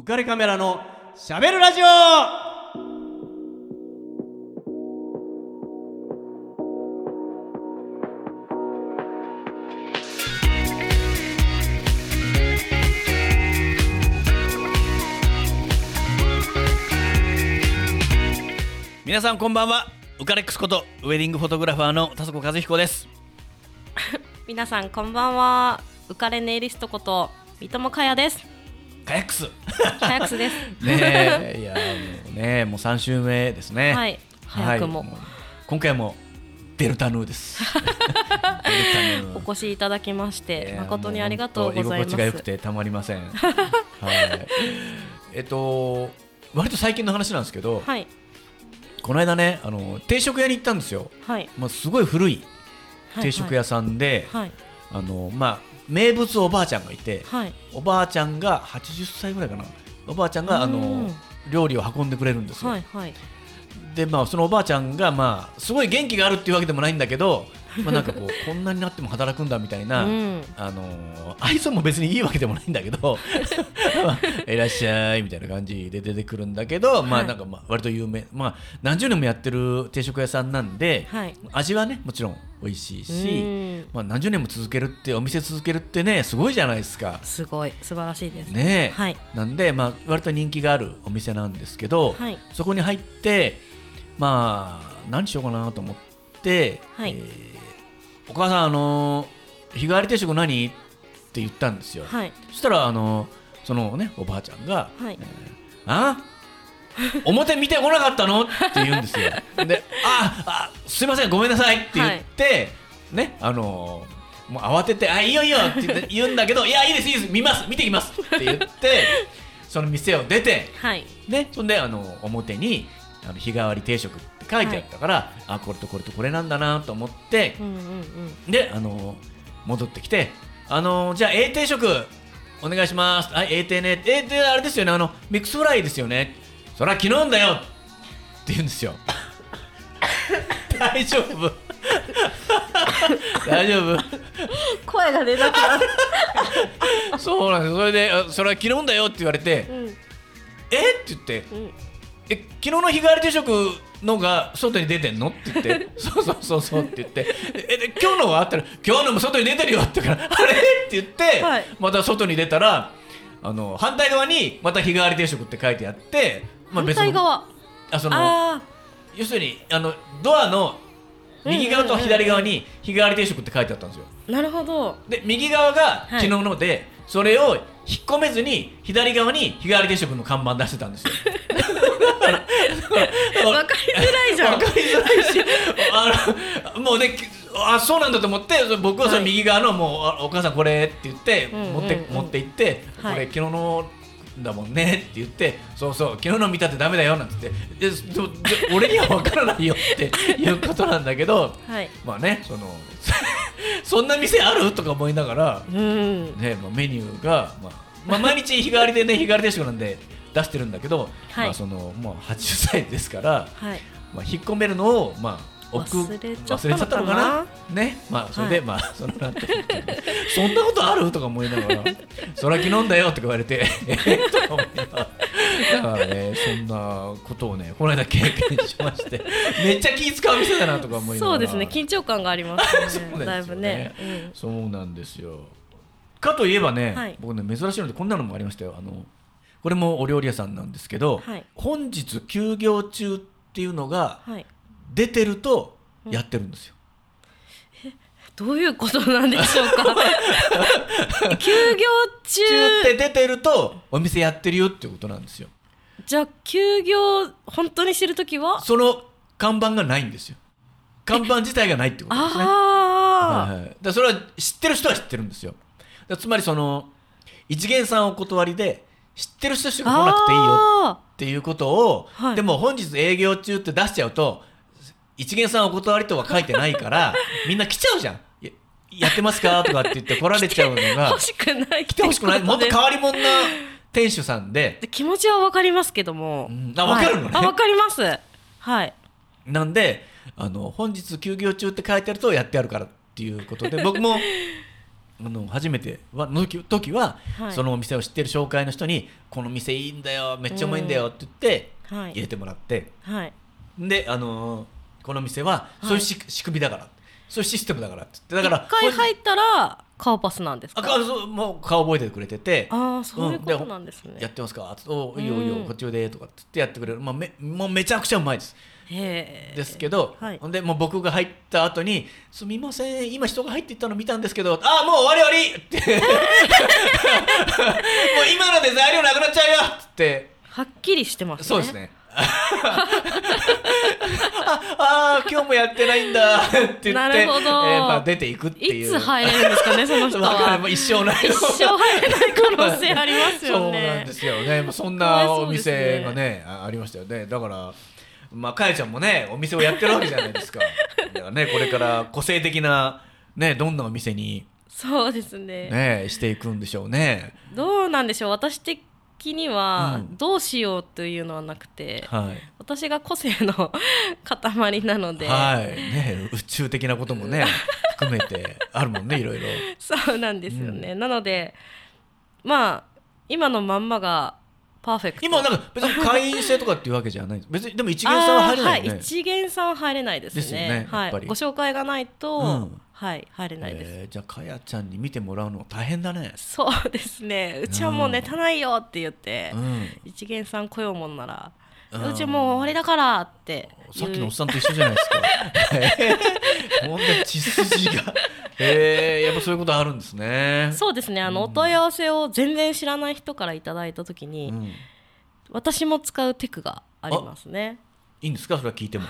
浮かれカメラのしゃべるラジオ。皆さんこんばんは。ウカレックスことウェディングフォトグラファーの田底和彦です。 皆さんこんばんは。ウカレネイリストこと三友香也です。 カヤックスカヤックスですねえ、いやもう3週目ですね。 はい、早くも、 はい、今回もデルタヌーですデルタヌーお越しいただきまして誠にありがとうございます。 居心地が良くてたまりませんはい割と最近の話なんですけど、 はい、 この間ね定食屋に行ったんですよ。 はい、 すごい古い定食屋さんで、 はいはい、 名物おばあちゃんがいて、 はい、 おばあちゃんが80歳ぐらいかな。おばあちゃんが料理を運んでくれるんですよ。 はいはい、 でそのおばあちゃんがすごい元気があるっていうわけでもないんだけどなんかこんなになっても働くんだみたいな、愛想も別にいいわけでもないんだけどいらっしゃいみたいな感じで出てくるんだけど、なんか割と有名、何十年もやってる定食屋さんなんで、 はい、 味はねもちろん美味しいし、何十年も続けるってお店続けるってねすごいじゃないですか。 すごい素晴らしいですね。 はい、 なんで割と人気があるお店なんですけど、 はい、 そこに入って何しようかなと思って、 はい、 お母さん日替わり定食何って言ったんですよ。 はい、 そしたらそのねおばあちゃんが、 はい、 表見てこなかったのって言うんですよ。ですいませんごめんなさいって言って、はい、ねもう慌てていいよいいよって言うんだけどいやいいですいいです見てきますって言ってその店を出て、 はいね、そんで表に日替わり定食って書いてあったから、はい、これとこれとこれなんだなと思って、で戻ってきてじゃあ A 定食お願いします。A 定ね。A 定あれですよねミックスフライですよね。そりゃ昨日だよって言うんですよ大丈夫大丈夫声が出なくなるそうなんです。それでそれは昨日だよって言われて、って言って、昨日の日替わり定食のが外に出てんのって言ってそうって言って今日のはあったら今日のも外に出てるよって言ったからあれって言って、はい、また外に出たら反対側にまた日替わり定食って書いてあって、 反対側要するにドアの右側と左側に日替わり定食って書いてあったんですよ。 なるほど。 で右側が昨日ので、はい、それを引っ込めずに左側に日替わり定食の看板出してたんですよ分かりづらいじゃん。 分かりづらいしもうねそうなんだと思って僕はその右側のもうお母さんこれって言って持って行って、これ昨日のだもんねって言ってそう昨日の見たってダメだよなんて言って俺には分からないよっていうことなんだけど、 はい、 そんな店あるとか思いながら、メニューが、毎日日替わりでね日替わり定食なんで出してるんだけど、 はい、 もう80歳ですから、 はい、 引っ込めるのを忘れちゃったのかなね。それで、 はい、 そんなことあるとか思いながらそら昨日だよって言われてとか思いながらだからねそんなことをねこの間経験しましてめっちゃ気使う店だなとか思いながら。 そうですね緊張感がありますねだいぶね、 そうなんですよ。かといえばね、 はい、 僕ね珍しいのでこんなのもありましたよ。これもお料理屋さんなんですけど、 はい、 本日休業中っていうのが、 はい、 出てるとやってるんですよ。 どういうことなんでしょうか休業中って出てるとお店やってるよっていうことなんですよ。 じゃあ休業本当にしてるときはその看板がないんですよ。看板自体がないってことですね。だそれは知ってる人は知ってるんですよ。つまり一元さんお断りで知ってる人しか来なくていいよっていうことを、はい、でも本日営業中って出しちゃうと一元さんお断りとは書いてないからみんな来ちゃうじゃん。やってますかとかって言って来られちゃうのが来てほしくない来てほしくないもっと変わり者な店主さんで気持ちは分かりますけども、 分かるのね、 分かりますはいなんで本日休業中って書いてあるとやってあるからっていうことで僕も初めての時は、 はい、 そのお店を知ってる紹介の人にこの店いいんだよめっちゃうまいんだよって言って入れてもらって、 はい、 でこの店はそういう仕組みだから、そういうシステムだからって言って、だから一回入ったら顔パスなんですか？ もう顔覚えてくれてて、 そういうことなんですね。 やってますか？おいいよいいよこっちでとかって言ってやってくれる、もうめちゃくちゃうまいです。ですけど、はい、でもう僕が入った後にすみません今人が入っていったの見たんですけど、もう終わりってもう今ので材料なくなっちゃうよってはっきりしてますね。 そうですね今日もやってないんだって言ってなるほど、 出ていくっていう。 いつ入れるんですかねその人は。 一生ない一生入れない可能性ありますよね。 そうなんですよね。そんなお店がねありましたよね。だからかやちゃんもねお店をやってるわけじゃないですか。だからねこれから個性的なねどんなお店にそうですねしていくんでしょうね。 どうなんでしょう。私的にはどうしようというのはなくて、私が個性の塊なので、 ね、宇宙的なこともね含めてあるもんねいろいろ。 そうなんですよね、なので今のまんまがパーフェクト。 今なんか別に会員制とかっていうわけじゃない別に。でも一元さんは入れないよね。 一元さんは入れないですね。 ですよね、やっぱりご紹介がないと、入れないです。 じゃあかやちゃんに見てもらうの大変だね。 そうですね。うちはもうネタないよって言って、一元さん来ようもんなら、うちもう終わりだからってさっきのおっさんと一緒じゃないですか。ほんと血筋がやっぱそういうことあるんですね。 そうですね。お問い合わせを全然知らない人からいただいたときに、私も使うテクがありますね。 いいんですかそれは聞いても。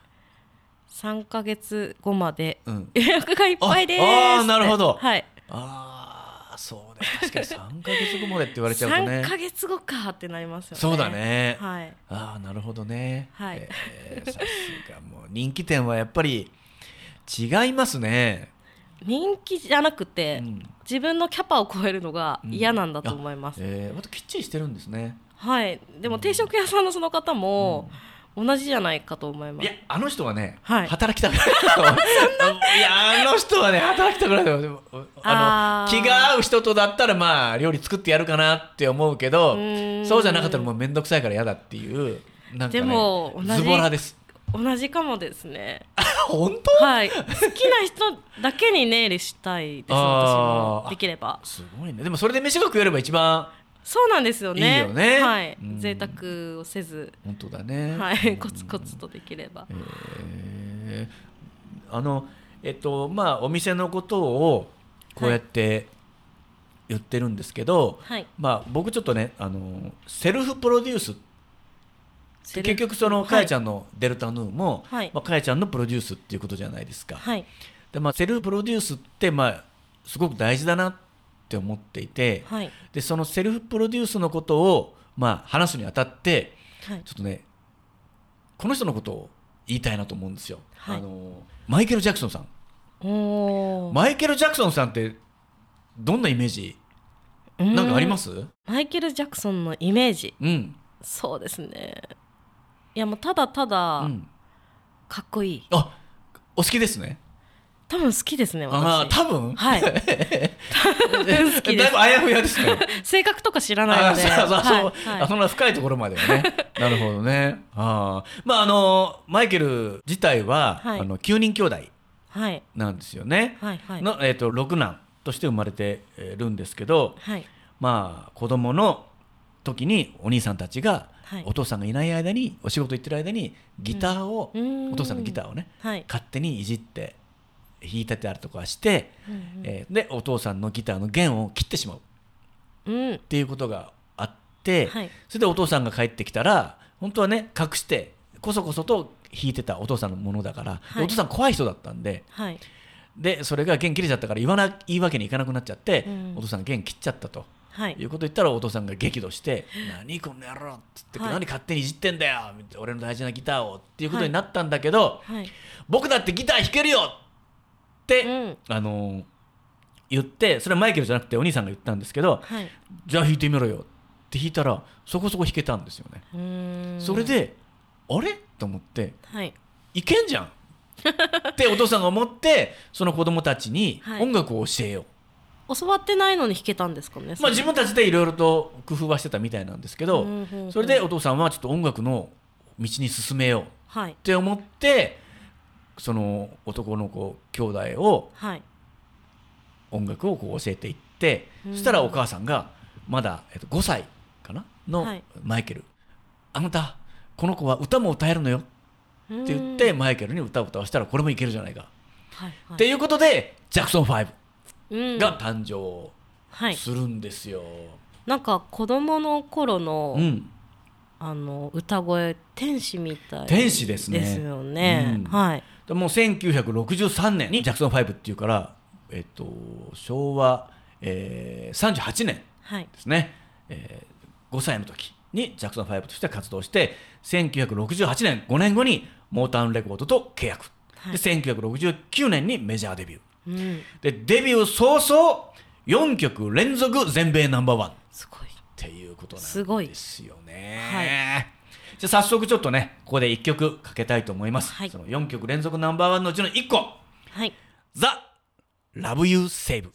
3ヶ月後まで予約がいっぱいです。 なるほど。そうね。確かに3ヶ月後までって言われちゃうとね。 3ヶ月後かってなりますよね。 そうだね。なるほどね。さすがもう人気店はやっぱり違いますね。 人気じゃなくて、自分のキャパを超えるのが嫌なんだと思います。 またきっちりしてるんですね。 でも定食屋さんのその方も、同じじゃないかと思います。 いやあの人はね、働きたくない。いやあの人はね働きたくない。でも気が合う人とだったら料理作ってやるかなって思うけど、そうじゃなかったらもう面倒くさいから嫌だっていうなんかね、でもズボラです。 同じかもですね。 本当？ 好きな人だけにネイルしたいです。私もできれば。 すごいね。でもそれで飯が食えれば一番そうなんですよね。 いいよね。 贅沢をせず。 本当だね。 コツコツとできれば。 お店のことをこうやって言ってるんですけど、僕ちょっとねセルフプロデュース結局そのかやちゃんのデルタヌーもかやちゃんのプロデュースっていうことじゃないですか。でセルフプロデュースってすごく大事だなって思っていて、でそのセルフプロデュースのことを話すにあたって、ちょっとねこの人のことを言いたいなと思うんですよ。マイケル・ジャクソンさん。マイケル・ジャクソンさんってどんなイメージなんかあります？ マイケル・ジャクソンのイメージ、そうですね。いやもうただただかっこいい。 お好きですね。 多分好きですね私。 多分多分好きです。 だいぶあやふやですね。 性格とか知らないので。 そんな深いところまではね。なるほどね。マイケル自体は9人兄弟なんですよね。の6男として生まれてるんですけど、子供の時にお兄さんたちがお父さんがいない間にお仕事行ってる間にギターを、お父さんのギターをね、勝手にいじって弾いてたりとかして、でお父さんのギターの弦を切ってしまう、っていうことがあって、それでお父さんが帰ってきたら本当はね隠してこそこそと弾いてたお父さんのものだから、お父さん怖い人だったんで、でそれが弦切れちゃったから言いわけにいかなくなっちゃって、お父さんが弦切っちゃったと。いうことを言ったらお父さんが激怒して何この野郎っつって、何勝手にいじってんだよ俺の大事なギターをっていうことになったんだけど、僕だってギター弾けるよって、言って、それはマイケルじゃなくてお兄さんが言ったんですけど、じゃあ弾いてみろよって弾いたらそこそこ弾けたんですよね。それであれと思って、いけんじゃんってお父さんが思って、その子供たちに音楽を教えよう教わってないのに弾けたんですかね。 自分たちでいろいろと工夫はしてたみたいなんですけど、それでお父さんはちょっと音楽の道に進めようって思って、その男の子兄弟を音楽をこう教えていって、そしたらお母さんがまだ5歳かなのマイケル、あなたこの子は歌も歌えるのよって言ってマイケルに歌を歌わせたら、これもいけるじゃないかっていうことでジャクソン5が誕生するんですよ。 なんか子供の頃の、歌声天使みたいですよね。 もう1963年にジャクソン5っていうから、昭和、38年ですね、5歳の時にジャクソン5として活動して、1968年5年後にモータウンレコードと契約、で1969年にメジャーデビュー、でデビュー早々4曲連続全米ナンバーワンっていうことなんですよね。じゃあ早速ちょっとね、ここで1曲かけたいと思います。その4曲連続ナンバーワンのうちの1個、ザ・Love You Save。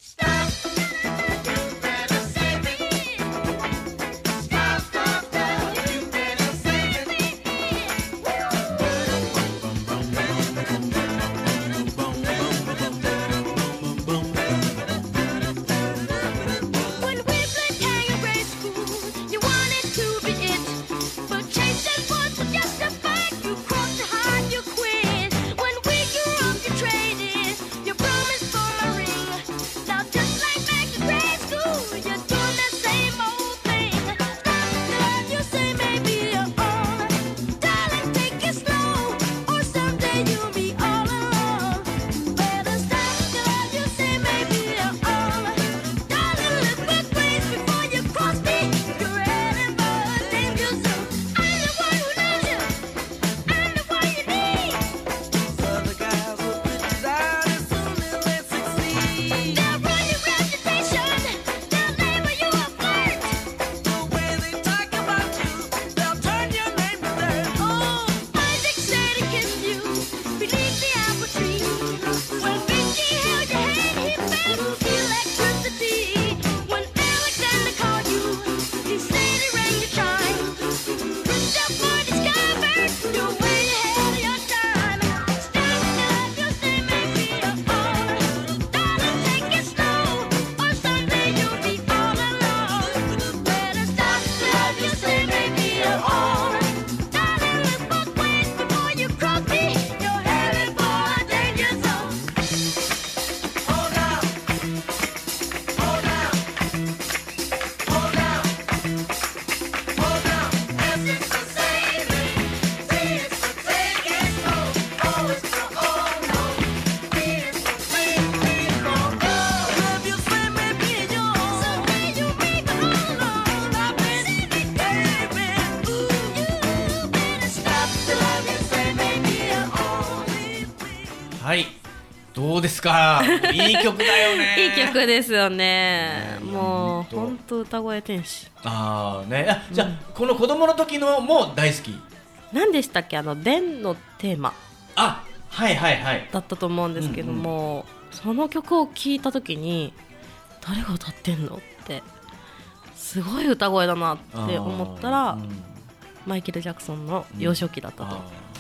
どうですか、いい曲だよね。 いい曲ですよね。もう本当歌声天使。 じゃあ、この子供の時のも大好き。 何でしたっけ、電のテーマだったと思うんですけども、その曲を聴いた時に誰が歌ってんのってすごい歌声だなって思ったら、マイケル・ジャクソンの幼少期だったと。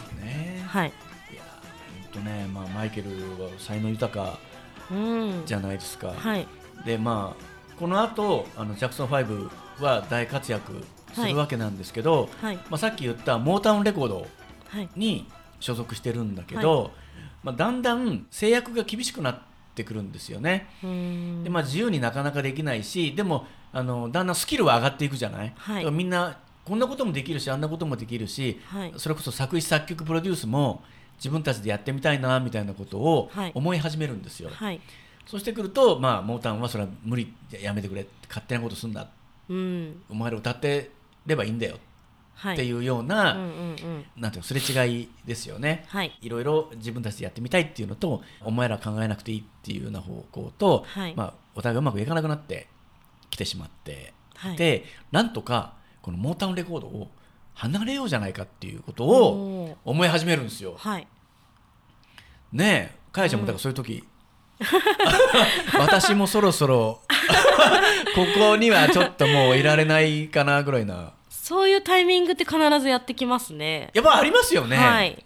マイケルは才能豊かじゃないですか。でこの後ジャクソン5は大活躍するわけなんですけど、さっき言ったモータウンレコードに所属してるんだけど、だんだん制約が厳しくなってくるんですよね。で自由になかなかできないし、でもだんだんスキルは上がっていくじゃない。だからみんなこんなこともできるし、あんなこともできるし、それこそ作詞作曲プロデュースも自分たちでやってみたいなみたいなことを思い始めるんですよ。そうしてくると、モータウンはそれは無理、やめてくれ、勝手なことすんな、お前ら歌ってればいいんだよっていうような、なんていうの、すれ違いですよね。いろいろ自分たちでやってみたいっていうのと、お前ら考えなくていいっていうような方向と、お互いうまくいかなくなってきてしまって、でなんとかこのモータウンレコードを離れようじゃないかっていうことを思い始めるんですよ。ねえ、かやちゃんもだからそういう時私もそろそろここにはちょっともういられないかなぐらいな。 そういうタイミングって必ずやってきますね。 やっぱありますよね。 はい、 うん、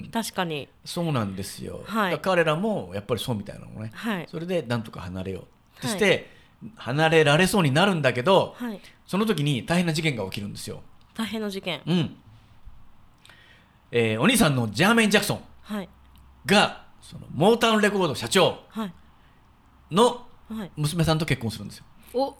確かにそうなんですよ、 はい、 彼らもやっぱりそうみたいなのね、 はい、 それでなんとか離れようとして、はい、離れられそうになるんだけど、はい、その時に大変な事件が起きるんですよ。 大変な事件、 うん、お兄さんのジャーメイン・ジャクソンが、そのモータウンレコード社長の娘さんと結婚するんですよ。 お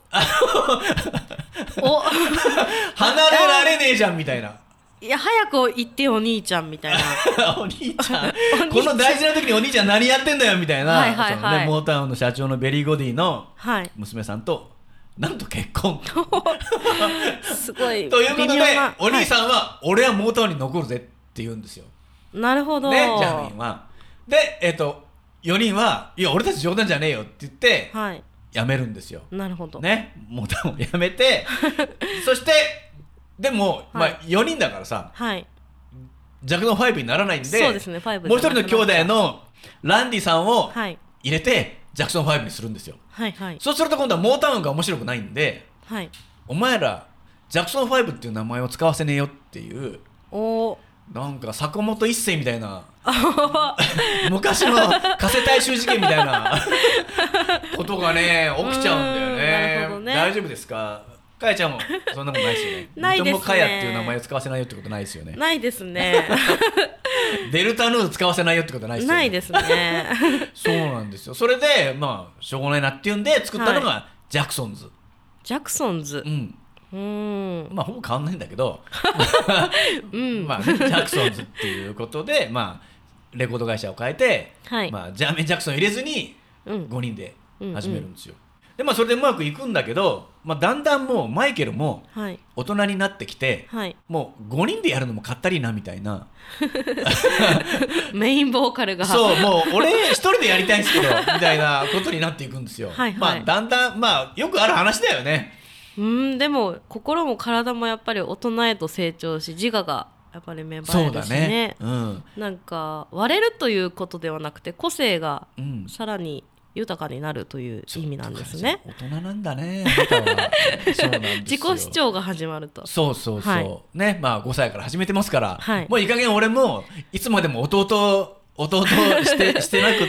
離れられねえじゃんみたいな。 いや早く言ってよお兄ちゃんみたいなお兄ちゃんこの大事な時にお兄ちゃん何やってんだよみたいな、はいはいはい、そのね、モータウンの社長のベリー・ゴディの娘さんと、なんと結婚すごいということでお兄さんは、はい、俺はモータウンに残るぜって言うんですよ。 なるほど、 ね、ジャーミンは。で、4人はいや俺たち冗談じゃねえよって言って、はい、辞めるんですよ。 なるほど、 ね、モータウンを辞めてそしてでも、はい、まあ、4人だからさ、はい、ジャクソン5にならないんで、 そうですね、5 もう一人の兄弟のランディさんを入れてジャクソン5にするんですよ、はいはい、そうすると今度はモータウンが面白くないんで、はい、お前らジャクソン5っていう名前を使わせねえよっていう、なんか坂本一生みたいな昔の加瀬大衆事件みたいなことがね起きちゃうんだよね。なるほどね。大丈夫ですか、かやちゃんもそんなことないですよね。 ないですね。 三友かやっていう名前を使わせないよってことないですよね。 ないですねデルタヌード使わせないよってことないですよね。 ないですねそうなんですよ。それでまあしょうがないなっていうんで作ったのがジャクソンズ。 ジャクソンズ、 まあほぼ変わんないんだけどまあ、ジャクソンズっていうことで、まあ、レコード会社を変えて、はい、まあ、ジャーメン・ジャクソン入れずに5人で始めるんですよ、でまあ、それでうまくいくんだけど、まあ、だんだんもうマイケルも大人になってきて、はい、もう5人でやるのもかったりなみたいなメインボーカルがそうもう俺一人でやりたいんですけどみたいなことになっていくんですよ。はい、はい、まあ、だんだん、まあ、よくある話だよね。 でも心も体もやっぱり大人へと成長し自我がやっぱり芽生えるしね、なんか割れるということではなくて個性がさらに豊かになるという意味なんですね。 大人なんだね、あなたは。そうなんですよ。 自己主張が始まると。 そうそうそう、はい、ね、まあ5歳から始めてますから、はい、もういい加減俺もいつまでも弟してなくって、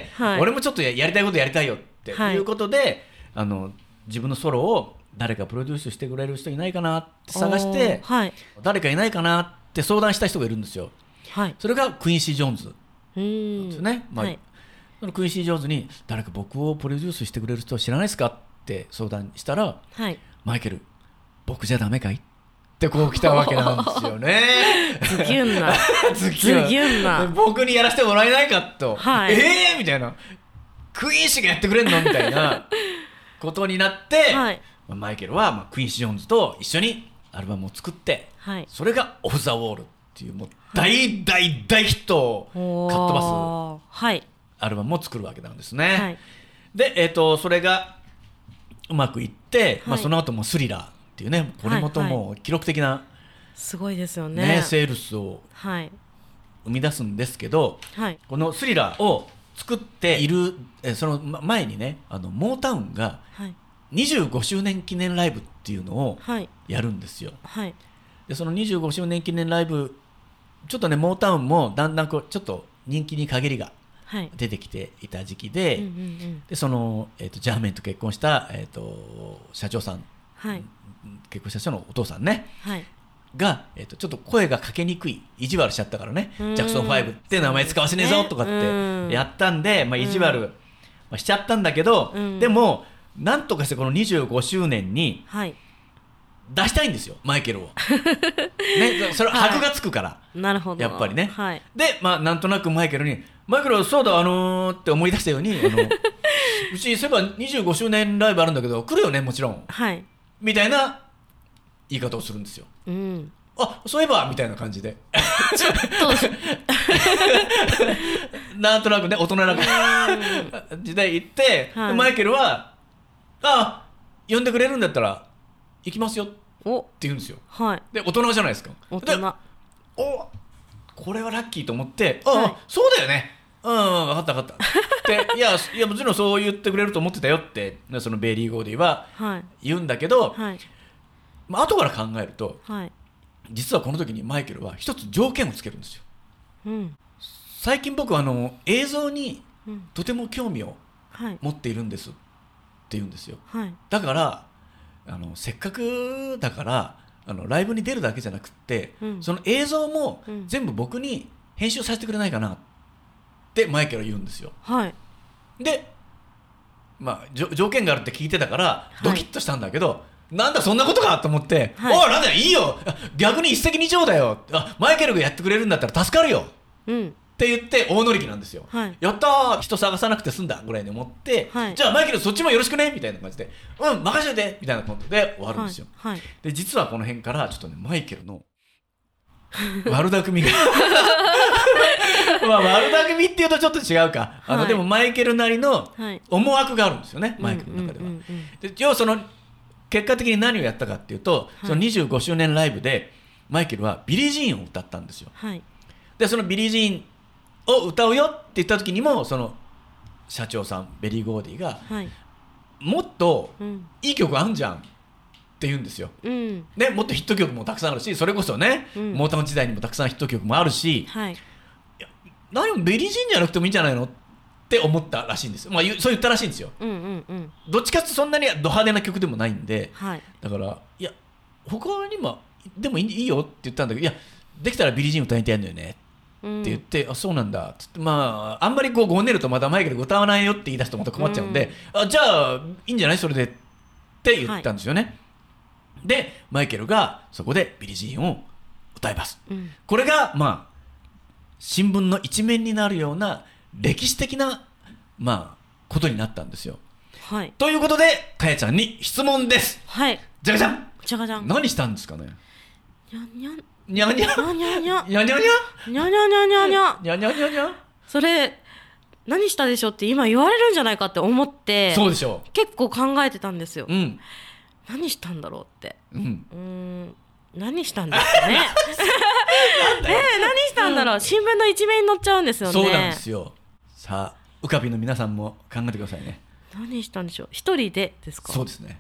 はい、俺もちょっとやりたいことやりたいよっていうことで、自分のソロを誰かプロデュースしてくれる人いないかなって探して、はい、誰かいないかなって相談した人がいるんですよ、はい、それがクインシー・ジョーンズですよね、まあ、はい、そのクインシー・ジョーンズに誰か僕をプロデュースしてくれる人知らないですかって相談したら、はい、マイケル僕じゃダメかいってこう来たわけなんですよね。 ズキュンなズキュンな僕にやらせてもらえないかと、はい、みたいなクイーン氏がやってくれんのみたいなことになって、はい、マイケルは、まあ、クイーン・ジョーンズと一緒にアルバムを作って、はい、それがオフ・ザ・ウォールっていうもう大大大ヒットをかっ飛ばす、はい、アルバムを作るわけなんですね、はい、で、それがうまくいって、はい、まあ、その後もスリラーっていうねこれもとも記録的な、はいはい、 すごいですよね、 セールスを生み出すんですけど、はい、このスリラーを作っているその前にねモータウンが25周年記念ライブっていうのをやるんですよ、はい、でその25周年記念ライブちょっとねモータウンもだんだんちょっと人気に陰りが出てきていた時期で、はい、でその、ジャーメンと結婚した、社長さん、はい、結婚した人のお父さんね、はい、が、ちょっと声がかけにくい意地悪しちゃったからねジャクソン5って名前使わせねえぞとかってやったんで、まあ、意地悪、しちゃったんだけど、でもなんとかしてこの25周年に出したいんですよ、マイケルを、ね、それは箔がつくから、 なるほどやっぱりね、はい、で、まあ、なんとなくマイケルにマイケルそうだって思い出したようにうちそういえば25周年ライブあるんだけど来るよねもちろん、はい、みたいな言い方をするんですよ、あそういえばみたいな感じでちょっとなんとなくね大人な感じで言って、はい、マイケルは呼んでくれるんだったら行きますよって言うんですよ、はい、で大人じゃないですか、 大人これはラッキーと思って、はい、そうだよね分かったいやもちろんそう言ってくれると思ってたよってそのベリー・ゴーディは言うんだけど、 はい、 まあ後から考えると、 はい、 実はこの時にマイケルは一つ条件をつけるんですよ、 うん、 最近僕は映像にとても興味をはい持っているんですって言うんですよ、 はい、 だからせっかくだからライブに出るだけじゃなくって、 うん、 その映像もうん全部僕に編集させてくれないかなってマイケルは言うんですよ。 はい、 で、まあ、条件があるって聞いてたからドキッとしたんだけど、なんだそんなことかと思って、 はい、 おいなんだいいよ逆に一石二鳥だよ、マイケルがやってくれるんだったら助かるよ、 うん、 って言って大乗り気なんですよ、 はい、 やったー人探さなくて済んだぐらいに思って、 はい、 じゃあマイケルそっちもよろしくねみたいな感じで任せといてみたいなことで終わるんですよ、 はいはい、 で実はこの辺からちょっとねマイケルの悪巧みがまあ悪巧みっていうとちょっと違うか、 はい、 でもマイケルなりの思惑があるんですよね、マイケルの中では、で要はその結果的に何をやったかっていうと、はい、その25周年ライブでマイケルはビリー・ジーンを歌ったんですよ、 はい、 でそのビリー・ジーンを歌うよって言った時にもその社長さんベリー・ゴーディが、はい、もっといい曲あんじゃんって言うんですよ、 うんね、もっとヒット曲もたくさんあるしそれこそね、モータウン時代にもたくさんヒット曲もあるし、 はい、 何もベリー・ジーンじゃなくてもいいんじゃないのって思ったらしいんですよ、まあ、そう言ったらしいんですよ、 うんうんうん、 どっちかってそんなにド派手な曲でもないんで、 はい、 だからいや他にもでもいいよって言ったんだけど、いやできたらビリー・ジーン歌いたいんだよねって言って、あそうなんだっつって、まああんまりこうごねるとまたマイケルが歌わないよって言い出すとまた困っちゃうんで、じゃあいいんじゃないそれでって言ったんですよね、はい、でマイケルがそこでビリー・ジーンを歌います、これがまあ新聞の一面になるような歴史的なまあことになったんですよ、 はい、 ということでかやちゃんに質問です。 はい、 じゃがじゃんじゃがじゃん、 何したんですかね。 にゃんにゃんにゃんにゃんにゃんにゃんにゃんにゃんにゃんにゃんにゃんにゃんにゃんにゃんにゃんにゃんにゃんにゃん、 それ何したでしょって今言われるんじゃないかって思って、 そうでしょう、 結構考えてたんですよ、 うん、 何したんだろうって、 何したんですかね何したんだろう、新聞の一面に載っちゃうんですよね。 そうなんですよ。さあウカビの皆さんも考えてくださいね。 何したんでしょう。一人でですか。 そうですね。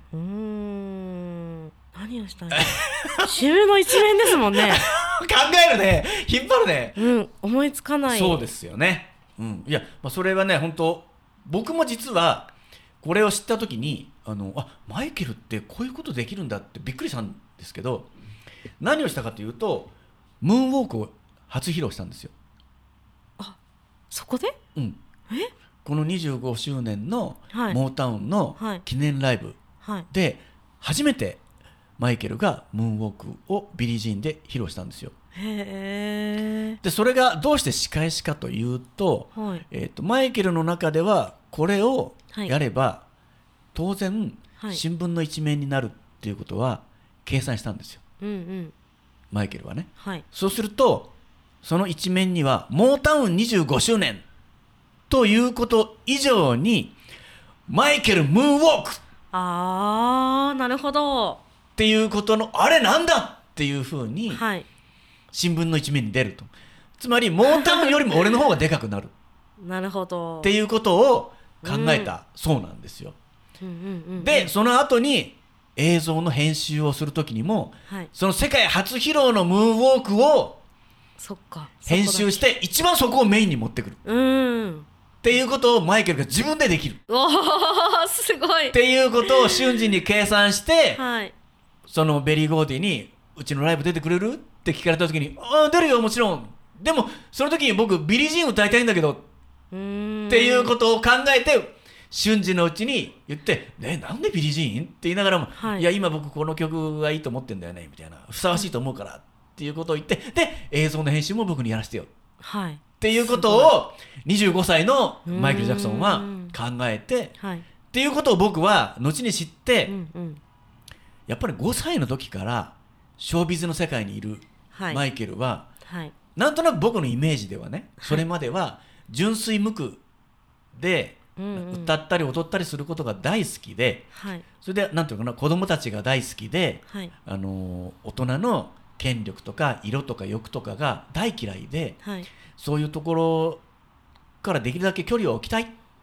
何をしたんですか新聞の一面ですもんね考えるね、引っ張るね、 思いつかない。 そうですよね、いや、まあ、それはね本当僕も実はこれを知った時にマイケルってこういうことできるんだってびっくりしたんですけど、何をしたかというとムーンウォークを初披露したんですよ。 あ、そこで、 この25周年のモータウンの記念ライブで初めてマイケルがムーンウォークをビリー・ジーンで披露したんですよ。 へでそれがどうして仕返しかというと、マイケルの中ではこれをやれば当然新聞の一面になるっていうことは計算したんですよ、マイケルはね、そうするとその一面にはモータウン25周年ということ以上にマイケルムーンウォーク、 なるほどっていうことのあれなんだっていうふうに新聞の一面に出ると、つまりモータウンよりも俺の方がでかくなるなるほどっていうことを考えたそうなんですよ。でその後に映像の編集をするときにも、その世界初披露のムーンウォークを編集して一番そこをメインに持ってくるっていうことをマイケルが自分でできる。 すごいっていうことを瞬時に計算して、そのベリー・ゴーディにうちのライブ出てくれるって聞かれた時に、出るよもちろん、でもその時に僕ビリー・ジーン歌いたいんだけどっていうことを考えて瞬時のうちに言ってなんでビリー・ジーンって言いながらも、いや今僕この曲がいいと思ってんだよねみたいな、ふさわしいと思うからっていうことを言って、で映像の編集も僕にやらせてよ、っていうことを25歳のマイケル・ジャクソンは考えて、っていうことを僕は後に知って、やっぱり5歳の時からショービズの世界にいるマイケルは、なんとなく僕のイメージではね、それまでは純粋無垢で歌ったり踊ったりすることが大好きで、それでなんていうかな、子供たちが大好きで、大人の権力とか色とか欲とかが大嫌いで、そういうところからできるだけ距離を置きたいっ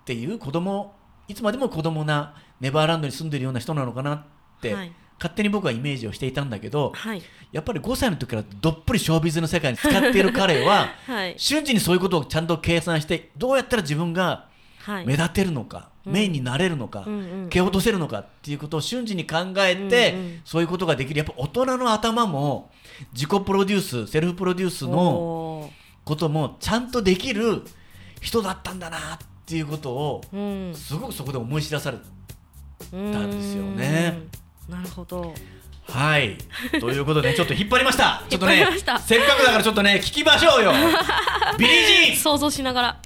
っていう子供、いつまでも子供なネバーランドに住んでるような人なのかなって、はい、勝手に僕はイメージをしていたんだけど、はい、やっぱり5歳の時からどっぷりショービズの世界に使っている彼は、はい、瞬時にそういうことをちゃんと計算して、どうやったら自分が目立てるのか、メインになれるのか、蹴落とせるのかっていうことを瞬時に考えて、そういうことができる。やっぱ大人の頭も自己プロデュース、セルフプロデュースのこともちゃんとできる人だったんだなっていうことを、すごくそこで思い知らされたんですよね。 なるほど。 はい、ということでちょっと引っ張りました。ちょっとね、せっかくだからちょっとね聞きましょうよ。ビリー・ジーン想像しながら、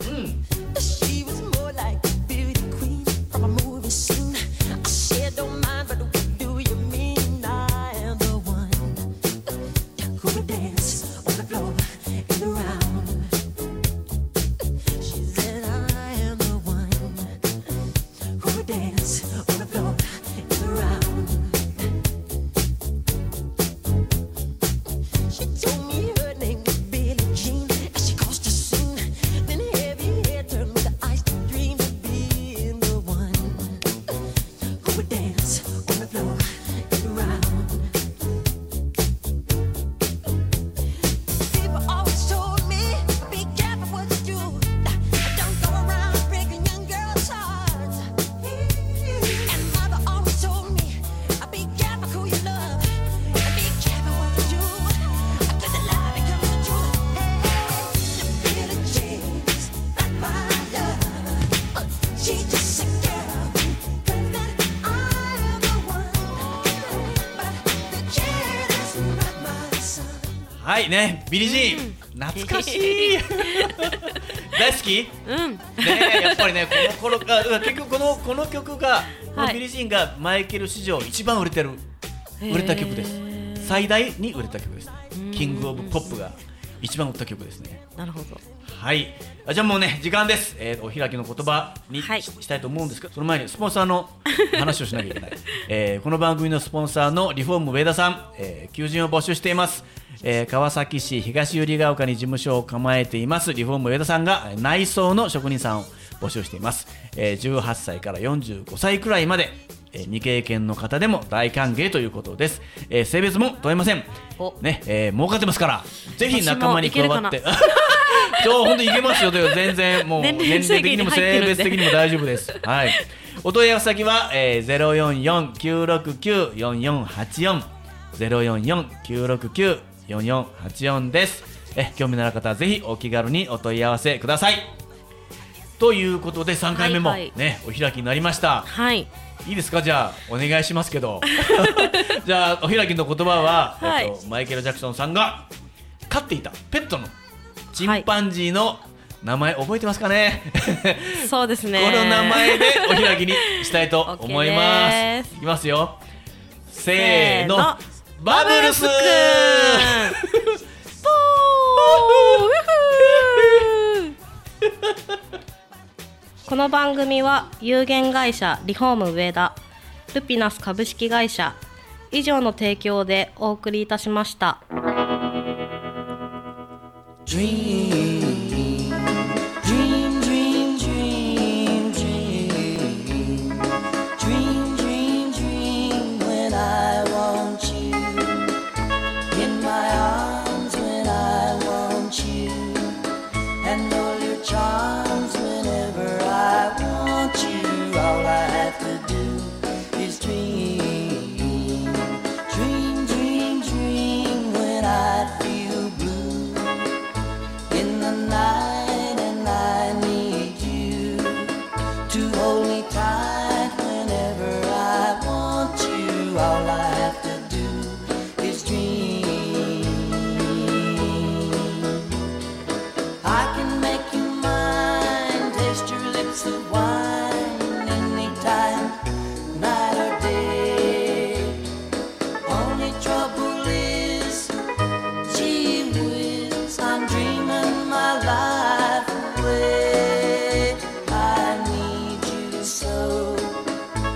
はいね、ビリー・ジーン、懐かしい大好き、ね、やっぱりね、この頃結局この曲が、このビリー・ジーンがマイケル史上一番売れた曲です。最大に売れた曲ですね。キングオブポップが一番売った曲ですね。 なるほど。 はい、じゃあもうね時間です。お開きの言葉に したいと思うんですけど、その前にスポンサーの話をしなきゃいけない、この番組のスポンサーのリフォーム上田さん、求人を募集しています。川崎市東百合ヶ丘に事務所を構えていますリフォーム上田さんが内装の職人さんを募集しています。18歳から45歳くらいまで、未経験の方でも大歓迎ということです。性別も問いませんね。儲かってますからぜひ仲間に加わって本当にいけますよ。全然もう年齢的にも性別的にも大丈夫です。はい、お問い合わせ先は、044-969-4484 044-969-4484です。興味のある方はぜひお気軽にお問い合わせください。ということで3回目も、ね、お開きになりました。はい、いいですか、じゃあお願いしますけどじゃあお開きの言葉は、マイケル・ジャクソンさんが飼っていたペットのチンパンジーの名前覚えてますかねそうですね、 この名前でお開きにしたいと思います。いきますよ、せーの、バブルスーこの番組は有限会社リフォーム上田、ルピナス株式会社以上の提供でお送りいたしました。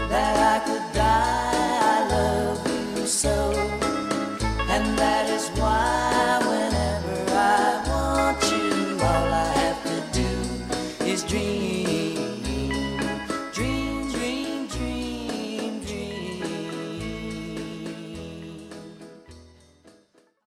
And that is why